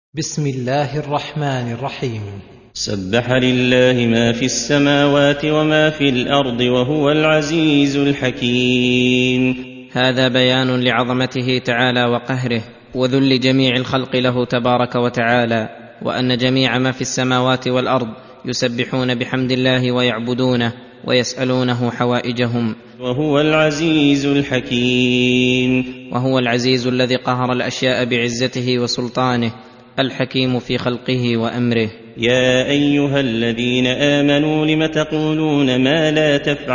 بسم الله الرحمن الرحيم. سبح لله ما في السماوات وما في الأرض وهو العزيز الحكيم. هذا بيان لعظمته تعالى وقهره وذل جميع الخلق له تبارك وتعالى، وأن جميع ما في السماوات والأرض يسبحون بحمد الله ويعبدونه ويسألونه حوائجهم. وهو العزيز الحكيم. وهو العزيز الذي قهر الأشياء بعزته وسلطانه، الحكيم في خلقه وأمره. يا أيها الذين آمنوا لم تقولون ما لا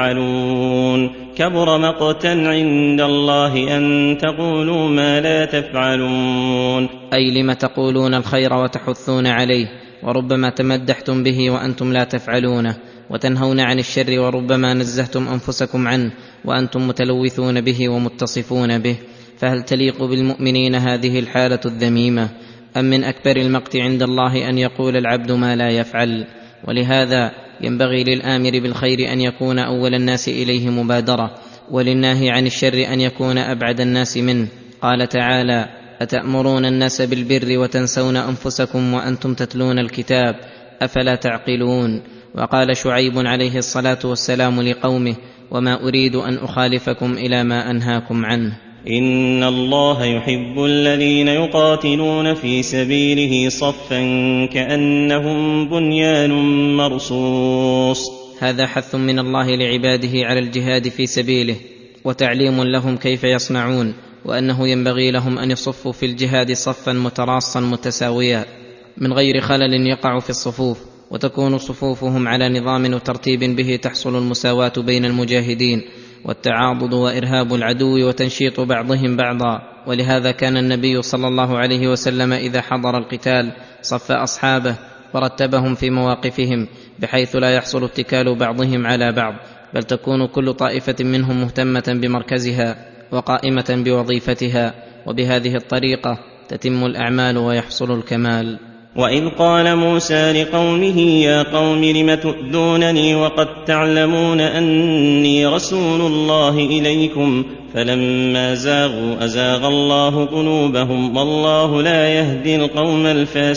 تفعلون كبر مقتا عند الله أن تقولوا ما لا تفعلون. أي لم تقولون الخير وتحثون عليه، وربما تمدحتم به وأنتم لا تفعلونه، وتنهون عن الشر وربما نزهتم أنفسكم عنه وأنتم متلوثون به ومتصفون به. فهل تليق بالمؤمنين هذه الحالة الذميمة؟ أم من أكبر المقت عند الله أن يقول العبد ما لا يفعل؟ ولهذا ينبغي للآمر بالخير أن يكون أول الناس إليه مبادرة، وللناهي عن الشر أن يكون أبعد الناس منه. قال تعالى: أتأمرون الناس بالبر وتنسون أنفسكم وأنتم تتلون الكتاب أفلا تعقلون. وقال شعيب عليه الصلاة والسلام لقومه: وما أريد أن أخالفكم إلى ما أنهاكم عنه. إن الله يحب الذين يقاتلون في سبيله صفا كأنهم بنيان مرصوص. هذا حث من الله لعباده على الجهاد في سبيله، وتعليم لهم كيف يصنعون، وأنه ينبغي لهم أن يصفوا في الجهاد صفا متراصا متساويا من غير خلل يقع في الصفوف، وتكون صفوفهم على نظام وترتيب به تحصل المساواة بين المجاهدين، والتعاضد وإرهاب العدو وتنشيط بعضهم بعضا. ولهذا كان النبي صلى الله عليه وسلم إذا حضر القتال صف أصحابه ورتبهم في مواقفهم، بحيث لا يحصل اتكال بعضهم على بعض، بل تكون كل طائفة منهم مهتمة بمركزها وقائمة بوظيفتها، وبهذه الطريقة تتم الأعمال ويحصل الكمال. وإذ قال موسى لقومه: يا قوم لم تؤذونني وقد تعلمون أني رسول الله إليكم فلما زاغوا أزاغ الله قلوبهم والله لا يهدي القوم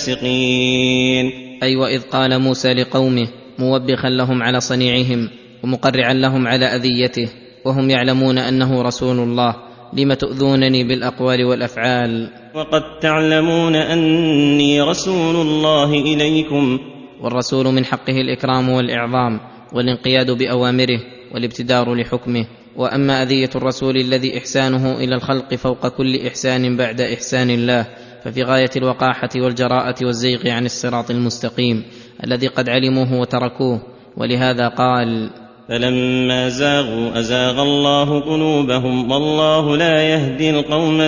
الفاسقين. أي وإذ قال موسى لقومه موبخا لهم على صنيعهم ومقرعا لهم على أذيته، وهم يعلمون أنه رسول الله: لم تؤذونني بالأقوال والأفعال وقد تعلمون أني رسول الله إليكم. والرسول من حقه الإكرام والإعظام والانقياد بأوامره والابتدار لحكمه. وأما أذية الرسول الذي إحسانه إلى الخلق فوق كل إحسان بعد إحسان الله، ففي غاية الوقاحة والجراءة والزيغ عن الصراط المستقيم الذي قد علموه وتركوه. ولهذا قال: فلما زاغوا أزاغ الله قلوبهم والله لا يهدي القوم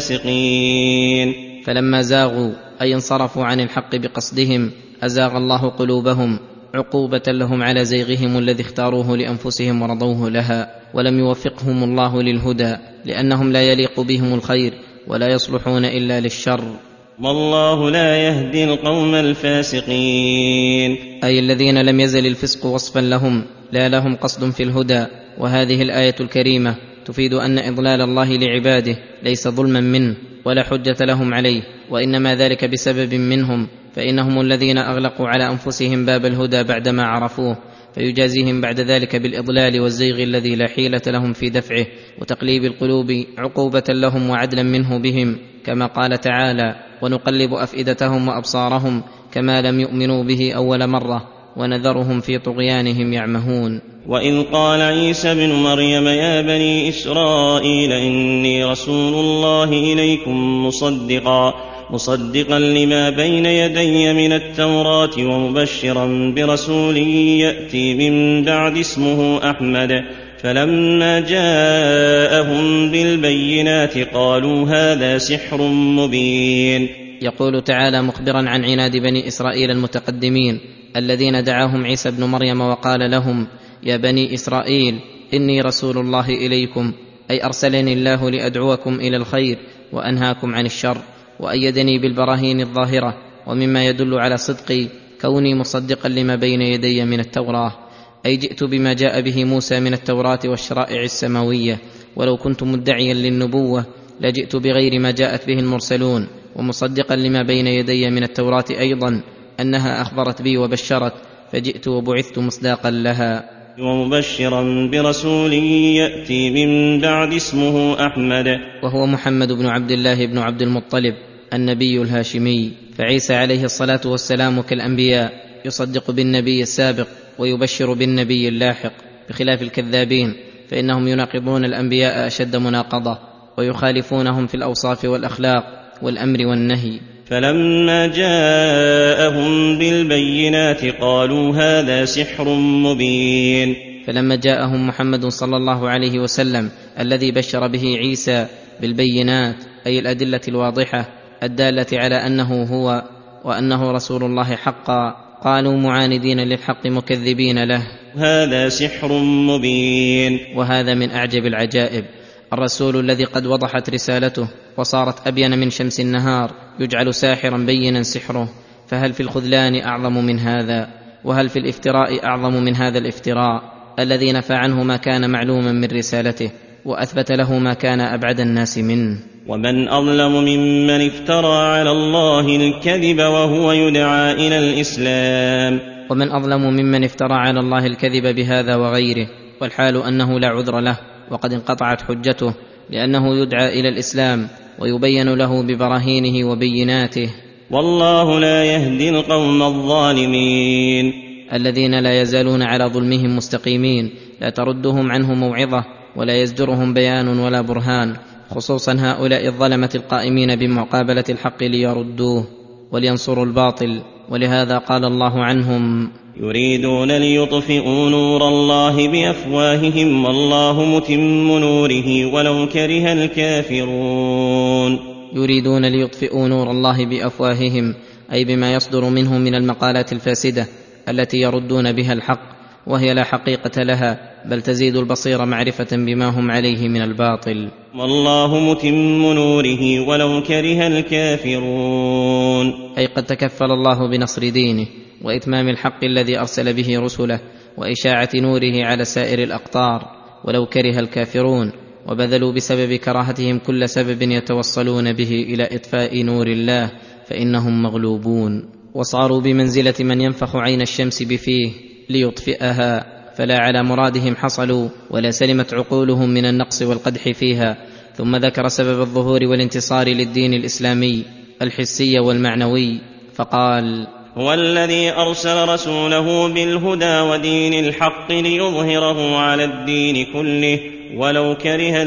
الفاسقين. فلما زاغوا أي انصرفوا عن الحق بقصدهم أزاغ الله قلوبهم، عقوبة لهم على زيغهم الذي اختاروه لأنفسهم ورضوه لها، ولم يوفقهم الله للهدى، لأنهم لا يليق بهم الخير ولا يصلحون إلا للشر. والله لا يهدي القوم الفاسقين. أي الذين لم يزل الفسق وصفا لهم، لا لهم قصد في الهدى. وهذه الآية الكريمة تفيد أن إضلال الله لعباده ليس ظلما منه ولا حجة لهم عليه، وإنما ذلك بسبب منهم، فإنهم الذين أغلقوا على أنفسهم باب الهدى بعدما عرفوه، فيجازيهم بعد ذلك بالإضلال والزيغ الذي لا حيلة لهم في دفعه، وتقليب القلوب عقوبة لهم وعدلا منه بهم، كما قال تعالى: ونقلب أفئدتهم وأبصارهم كما لم يؤمنوا به أول مرة ونذرهم في طغيانهم يعمهون. وإذ قال عيسى ابن مريم: يا بني إسرائيل إني رسول الله إليكم مصدقا لما بين يدي من التوراة ومبشرا برسول يأتي من بعد اسمه أحمد. فلما جاءهم بالبينات قالوا هذا سحر مبين. يقول تعالى مخبرا عن عناد بني إسرائيل المتقدمين الذين دعاهم عيسى ابن مريم وقال لهم: يا بني إسرائيل إني رسول الله إليكم، أي أرسلني الله لأدعوكم إلى الخير وأنهاكم عن الشر، وأيدني بالبراهين الظاهرة، ومما يدل على صدقي كوني مصدقا لما بين يدي من التوراة، أي جئت بما جاء به موسى من التوراة والشرائع السماوية. ولو كنت مدعيا للنبوة لجئت بغير ما جاءت به المرسلون، ومصدقا لما بين يدي من التوراة أيضا أنها أخبرت بي وبشرت، فجئت وبعثت مصداقا لها. ومبشرا برسول يأتي من بعد اسمه أحمد، وهو محمد بن عبد الله بن عبد المطلب النبي الهاشمي. فعيسى عليه الصلاة والسلام كالأنبياء يصدق بالنبي السابق ويبشر بالنبي اللاحق، بخلاف الكذابين فإنهم يناقضون الأنبياء أشد مناقضة ويخالفونهم في الأوصاف والأخلاق والأمر والنهي. فلما جاءهم بالبينات قالوا هذا سحر مبين. فلما جاءهم محمد صلى الله عليه وسلم الذي بشر به عيسى بالبينات، أي الأدلة الواضحة الدالة على أنه هو وأنه رسول الله حقا، قالوا معاندين للحق مكذبين له هذا سحر مبين. وهذا من أعجب العجائب، الرسول الذي قد وضحت رسالته وصارت أبين من شمس النهار يجعل ساحرا بينا سحره، فهل في الخذلان أعظم من هذا؟ وهل في الافتراء أعظم من هذا الافتراء الذي نفى عنه ما كان معلوما من رسالته وأثبت له ما كان أبعد الناس منه؟ ومن أظلم ممن افترى على الله الكذب وهو يدعى إلى الإسلام. ومن أظلم ممن افترى على الله الكذب بهذا وغيره، والحال أنه لا عذر له وقد انقطعت حجته، لأنه يدعى إلى الإسلام ويبين له ببراهينه وبيناته. والله لا يهدي القوم الظالمين. الذين لا يزالون على ظلمهم مستقيمين، لا تردهم عنه موعظة ولا يزجرهم بيان ولا برهان، خصوصا هؤلاء الظلمة القائمين بمقابلة الحق ليردوه ولينصروا الباطل. ولهذا قال الله عنهم يريدون ليطفئوا نور الله بأفواههم والله متم نوره ولو كره الكافرون. يريدون ليطفئوا نور الله بأفواههم، أي بما يصدر منه من المقالات الفاسدة التي يردون بها الحق، وهي لا حقيقة لها بل تزيد البصير معرفة بما هم عليه من الباطل. والله متم نوره ولو كره الكافرون. أي قد تكفل الله بنصر دينه وإتمام الحق الذي أرسل به رسله وإشاعة نوره على سائر الأقطار ولو كره الكافرون، وبذلوا بسبب كراهتهم كل سبب يتوصلون به إلى إطفاء نور الله، فإنهم مغلوبون، وصاروا بمنزلة من ينفخ عين الشمس بفيه ليطفئها، فلا على مرادهم حصلوا ولا سلمت عقولهم من النقص والقدح فيها. ثم ذكر سبب الظهور والانتصار للدين الإسلامي الحسي والمعنوي، فقال هو الذي أرسل رسوله بالهدى ودين الحق ليظهره على الدين كله ولو كره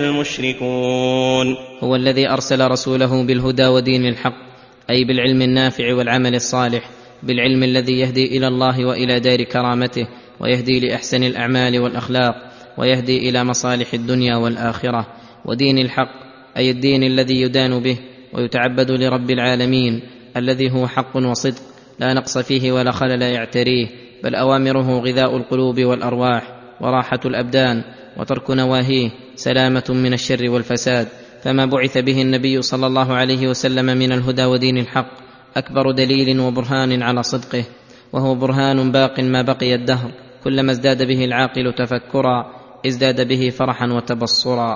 المشركون. هو الذي أرسل رسوله بالهدى ودين الحق، أي بالعلم النافع والعمل الصالح، بالعلم الذي يهدي إلى الله وإلى دار كرامته، ويهدي لأحسن الأعمال والأخلاق، ويهدي إلى مصالح الدنيا والآخرة، ودين الحق أي الدين الذي يدان به ويتعبد لرب العالمين الذي هو حق وصدق لا نقص فيه ولا خلل يعتريه، بل أوامره غذاء القلوب والأرواح وراحة الأبدان، وترك نواهيه سلامة من الشر والفساد. فما بعث به النبي صلى الله عليه وسلم من الهدى ودين الحق أكبر دليل وبرهان على صدقه، وهو برهان باق ما بقي الدهر، كلما ازداد به العاقل تفكرا ازداد به فرحا وتبصرا.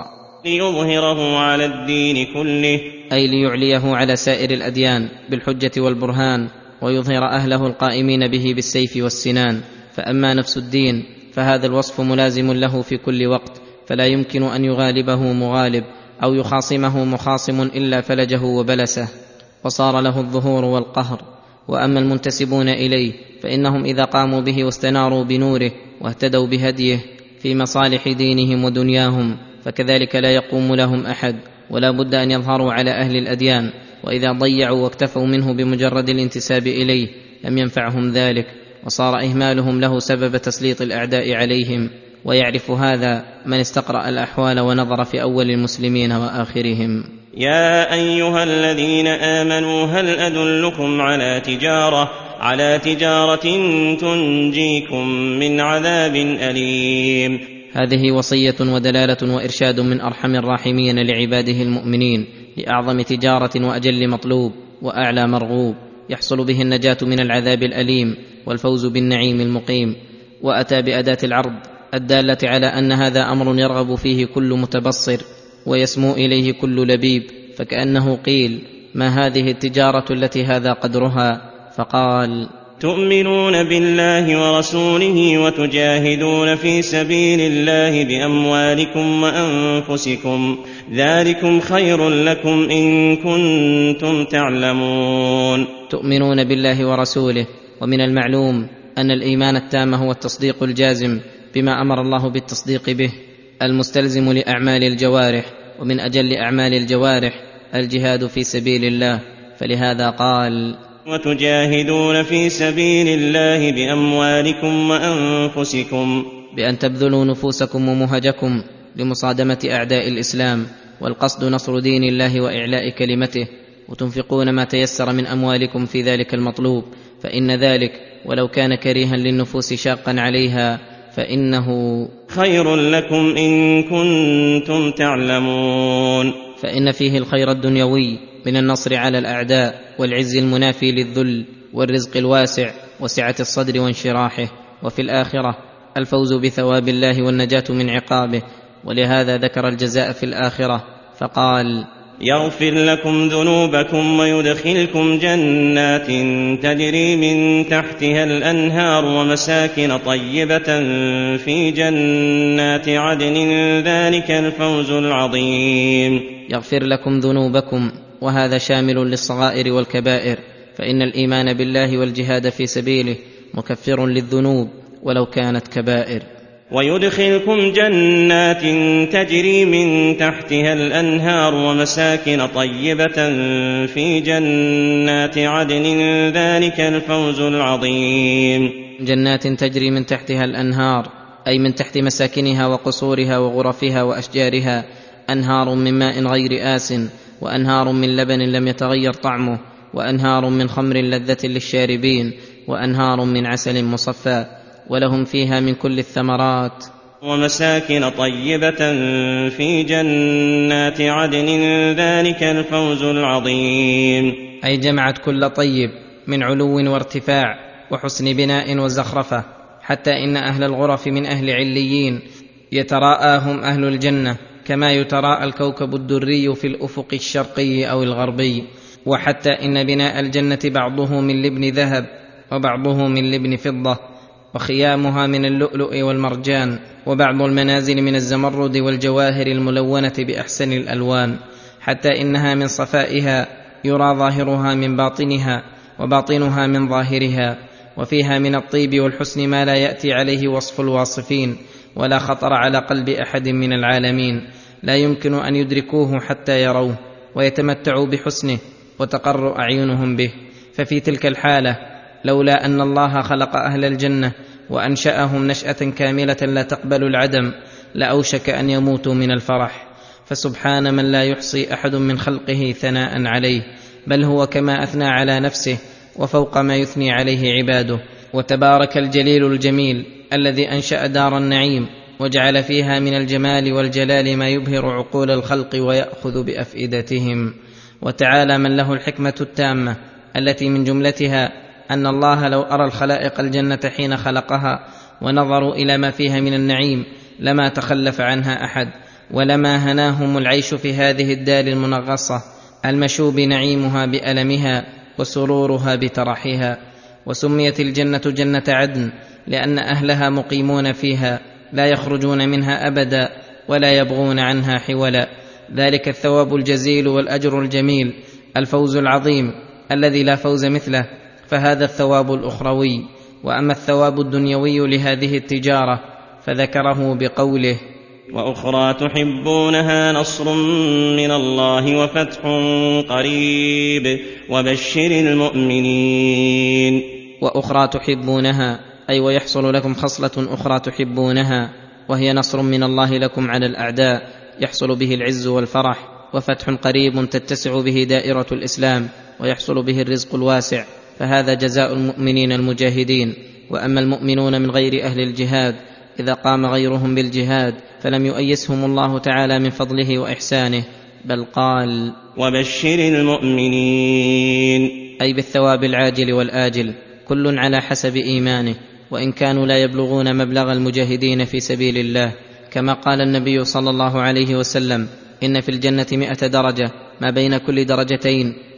ليظهره على الدين كله، أي ليعليه على سائر الأديان بالحجة والبرهان، ويظهر أهله القائمين به بالسيف والسنان. فأما نفس الدين فهذا الوصف ملازم له في كل وقت، فلا يمكن أن يغالبه مغالب أو يخاصمه مخاصم إلا فلجه وبلسه، وصار له الظهور والقهر. وأما المنتسبون إليه فإنهم إذا قاموا به واستناروا بنوره واهتدوا بهديه في مصالح دينهم ودنياهم فكذلك لا يقوم لهم أحد، ولا بد أن يظهروا على أهل الأديان، وإذا ضيعوا واكتفوا منه بمجرد الانتساب إليه لم ينفعهم ذلك، وصار إهمالهم له سبب تسليط الأعداء عليهم. ويعرف هذا من استقرأ الأحوال ونظر في أول المسلمين وآخرهم. يا أيها الذين آمنوا هل أدلكم على تجارة تنجيكم من عذاب أليم. هذه وصية ودلالة وإرشاد من أرحم الراحمين لعباده المؤمنين لأعظم تجارة وأجل مطلوب وأعلى مرغوب يحصل به النجاة من العذاب الأليم والفوز بالنعيم المقيم. وأتى بأداة العرض الدالة على أن هذا أمر يرغب فيه كل متبصر ويسمو إليه كل لبيب، فكأنه قيل ما هذه التجارة التي هذا قدرها؟ فقال: تؤمنون بالله ورسوله وتجاهدون في سبيل الله بأموالكم وأنفسكم، ذلكم خير لكم إن كنتم تعلمون. تؤمنون بالله ورسوله، ومن المعلوم أن الإيمان التام هو التصديق الجازم بما أمر الله بالتصديق به، المستلزم لأعمال الجوارح، ومن أجل أعمال الجوارح الجهاد في سبيل الله، فلهذا قال: وتجاهدون في سبيل الله بأموالكم وأنفسكم، بأن تبذلوا نفوسكم ومهجكم لمصادمة أعداء الإسلام، والقصد نصر دين الله وإعلاء كلمته، وتنفقون ما تيسر من أموالكم في ذلك المطلوب، فإن ذلك ولو كان كريها للنفوس شاقا عليها فإنه خير لكم إن كنتم تعلمون. فإن فيه الخير الدنيوي من النصر على الأعداء، والعز المنافي للذل، والرزق الواسع، وسعة الصدر وانشراحه، وفي الآخرة الفوز بثواب الله والنجاة من عقابه. ولهذا ذكر الجزاء في الآخرة فقال: يغفر لكم ذنوبكم ويدخلكم جنات تجري من تحتها الأنهار ومساكن طيبة في جنات عدن، ذلك الفوز العظيم. يغفر لكم ذنوبكم، وهذا شامل للصغائر والكبائر، فإن الإيمان بالله والجهاد في سبيله مكفر للذنوب ولو كانت كبائر. ويدخلكم جنات تجري من تحتها الأنهار ومساكن طيبة في جنات عدن، ذلك الفوز العظيم. جنات تجري من تحتها الأنهار، أي من تحت مساكنها وقصورها وغرفها وأشجارها، أنهار من ماء غير آس، وأنهار من لبن لم يتغير طعمه، وأنهار من خمر لذة للشاربين، وأنهار من عسل مصفى، ولهم فيها من كل الثمرات، ومساكن طيبة في جنات عدن، ذلك الفوز العظيم. أي جمعت كل طيب من علو وارتفاع وحسن بناء وزخرفة، حتى إن أهل الغرف من أهل عليين يتراءاهم أهل الجنة كما يتراءى الكوكب الدري في الأفق الشرقي أو الغربي، وحتى إن بناء الجنة بعضه من لبن ذهب وبعضه من لبن فضة، وخيامها من اللؤلؤ والمرجان، وبعض المنازل من الزمرد والجواهر الملونة بأحسن الألوان، حتى إنها من صفائها يرى ظاهرها من باطنها وباطنها من ظاهرها، وفيها من الطيب والحسن ما لا يأتي عليه وصف الواصفين، ولا خطر على قلب أحد من العالمين، لا يمكن أن يدركوه حتى يروه ويتمتعوا بحسنه وتقر أعينهم به. ففي تلك الحالة لولا أن الله خلق أهل الجنة وأنشأهم نشأة كاملة لا تقبل العدم لأوشك أن يموتوا من الفرح. فسبحان من لا يحصي أحد من خلقه ثناء عليه، بل هو كما أثنى على نفسه وفوق ما يثني عليه عباده. وتبارك الجليل الجميل الذي أنشأ دار النعيم وجعل فيها من الجمال والجلال ما يبهر عقول الخلق ويأخذ بأفئدتهم. وتعالى من له الحكمة التامة التي من جملتها أن الله لو أرى الخلائق الجنة حين خلقها ونظروا إلى ما فيها من النعيم لما تخلف عنها أحد، ولما هناهم العيش في هذه الدار المنغصة المشوب نعيمها بألمها وسرورها بترحها. وسميت الجنة جنة عدن لأن أهلها مقيمون فيها لا يخرجون منها أبدا ولا يبغون عنها حولا. ذلك الثواب الجزيل والأجر الجميل، الفوز العظيم الذي لا فوز مثله، فهذا الثواب الأخروي. وأما الثواب الدنيوي لهذه التجارة فذكره بقوله: وأخرى تحبونها نصر من الله وفتح قريب وبشر المؤمنين. وأخرى تحبونها أي ويحصل لكم خصلة أخرى تحبونها، وهي نصر من الله لكم على الأعداء يحصل به العز والفرح، وفتح قريب تتسع به دائرة الإسلام ويحصل به الرزق الواسع، فهذا جزاء المؤمنين المجاهدين. وأما المؤمنون من غير أهل الجهاد إذا قام غيرهم بالجهاد فلم يؤيسهم الله تعالى من فضله وإحسانه، بل قال: وبشر المؤمنين، أي بالثواب العاجل والآجل، كل على حسب إيمانه، وإن كانوا لا يبلغون مبلغ المجاهدين في سبيل الله، كما قال النبي صلى الله عليه وسلم: إن في الجنة 100 درجة، ما بين كل درجتين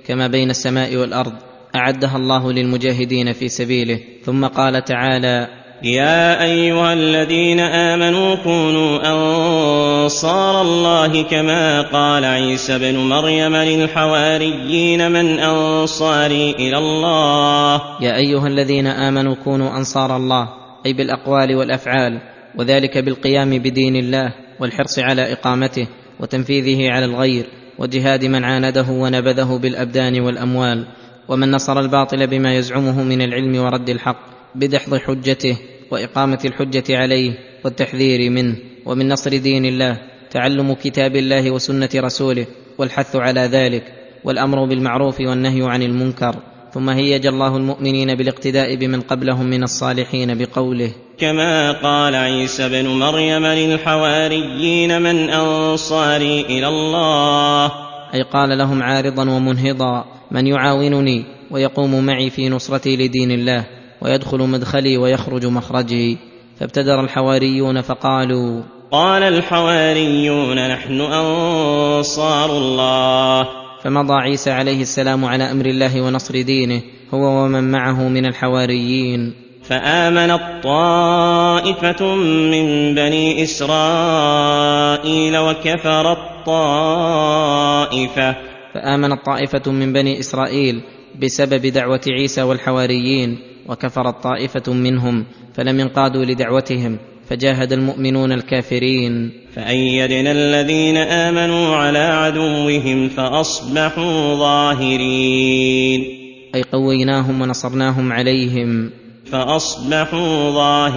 كما بين السماء والارض اعدها الله للمجاهدين في سبيله. ثم قال تعالى: يا أيها الذين آمنوا كونوا أنصار الله كما قال عيسى بن مريم للحواريين من أنصاري إلى الله. يا أيها الذين آمنوا كونوا أنصار الله، أي بالأقوال والأفعال، وذلك بالقيام بدين الله والحرص على إقامته وتنفيذه على الغير، وجهاد من عانده ونبذه بالأبدان والأموال، ومن نصر الباطل بما يزعمه من العلم ورد الحق بدحض حجته وإقامة الحجة عليه والتحذير منه. ومن نصر دين الله تعلم كتاب الله وسنة رسوله والحث على ذلك، والأمر بالمعروف والنهي عن المنكر. ثم هيج الله المؤمنين بالاقتداء بمن قبلهم من الصالحين بقوله: كما قال عيسى بن مريم للحواريين من أنصاري إلى الله، أي قال لهم عارضا ومنهضا: من يعاونني ويقوم معي في نصرتي لدين الله ويدخل مدخلي ويخرج مخرجي؟ فابتدر الحواريون فقالوا: قال الحواريون نحن أنصار الله. فمضى عيسى عليه السلام على أمر الله ونصر دينه هو ومن معه من الحواريين. فآمنت طائفة من بني إسرائيل وكفرت طائفة. فآمنت طائفة من بني إسرائيل بسبب دعوة عيسى والحواريين، وكفرت طائفة منهم فلم ينقادوا لدعوتهم، فجاهد المؤمنون الكافرين. فأيدنا الذين آمنوا على عدوهم فأصبحوا ظاهرين، أي قويناهم ونصرناهم عليهم. فأصبحوا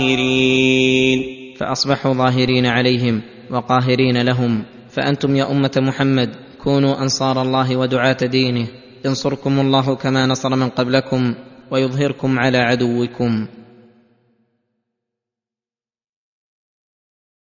ظاهرين عليهم وقاهرين لهم. فأنتم يا أمة محمد كونوا أنصار الله ودعاة دينه، ينصركم الله كما نصر من قبلكم ويظهركم على عدوكم.